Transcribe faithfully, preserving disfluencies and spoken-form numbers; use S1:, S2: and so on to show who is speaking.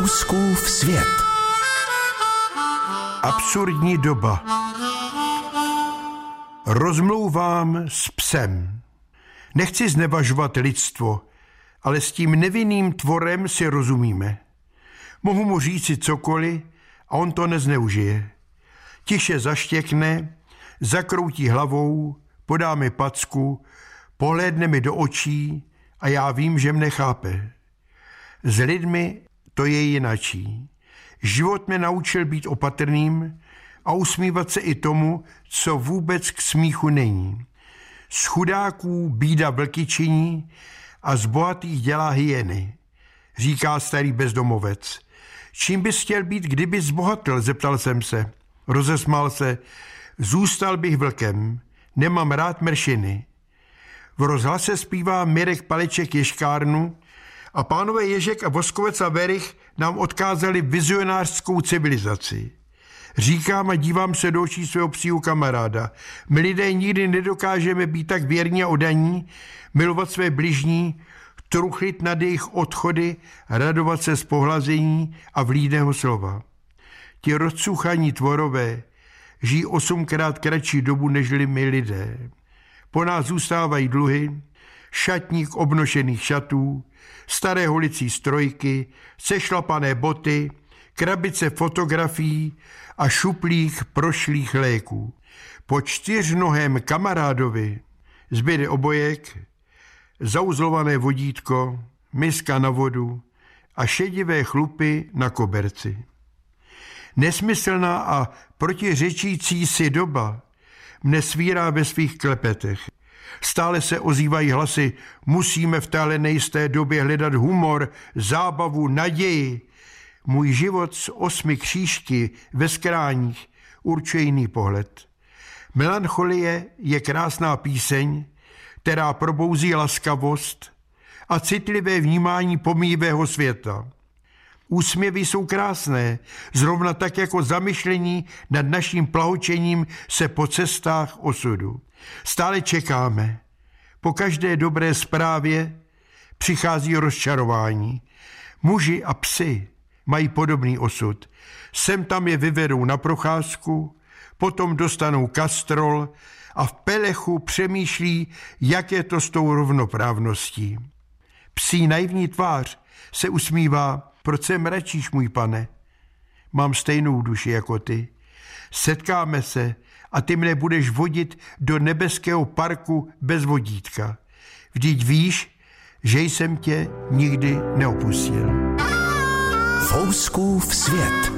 S1: Fouskův svět.
S2: Absurdní doba. Rozmlouvám s psem. Nechci znevažovat lidstvo, ale s tím nevinným tvorem si rozumíme. Mohu mu říci cokoliv a on to nezneužije. Tiše zaštěkne, zakroutí hlavou, podá mi packu, pohlédne mi do očí a já vím, že mne chápe. S lidmi to je jinačí. Život mě naučil být opatrným a usmívat se i tomu, co vůbec k smíchu není. Z chudáků bída vlky činí a z bohatých dělá hyeny, říká starý bezdomovec. Čím bys chtěl být, kdyby zbohatl, zeptal jsem se. Rozesmál se. Zůstal bych vlkem, nemám rád mršiny. V rozhlase zpívá Mirek Paleček Ješkárnu a pánové Ježek a Voskovec a Verich nám odkázali vizionářskou civilizaci. Říkám a dívám se do očí svého psího kamaráda. My lidé nikdy nedokážeme být tak věrní a oddaní, milovat své bližní, truchlit nad jejich odchody, radovat se z pohlazení a vlídného slova. Ti rozcuchaní tvorové žijí osmkrát kratší dobu nežli my lidé. Po nás zůstávají dluhy, šatník obnošených šatů, staré holicí strojky, sešlapané boty, krabice fotografií a šuplík prošlých léků. Po čtyřnohém kamarádovi zbyde obojek, zauzlované vodítko, miska na vodu a šedivé chlupy na koberci. Nesmyslná a protiřečící si doba mne svírá ve svých klepetech. Stále se ozývají hlasy, musíme v téhle nejisté době hledat humor, zábavu, naději. Můj život s osmi křížky ve skráních určuje jiný pohled. Melancholie je krásná píseň, která probouzí laskavost a citlivé vnímání pomíjivého světa. Úsměvy jsou krásné, zrovna tak jako zamyšlení nad naším plahočením se po cestách osudu. Stále čekáme. Po každé dobré zprávě přichází rozčarování. Muži a psi mají podobný osud. Sem tam je vyvedou na procházku, potom dostanou kastrol a v pelechu přemýšlí, jak je to s tou rovnoprávností. Psí naivní tvář se usmívá. Proč se mračíš, můj pane? Mám stejnou duši jako ty. Setkáme se a ty mne budeš vodit do nebeského parku bez vodítka. Vždyť víš, že jsem tě nikdy neopustil.
S1: Fouskův svět.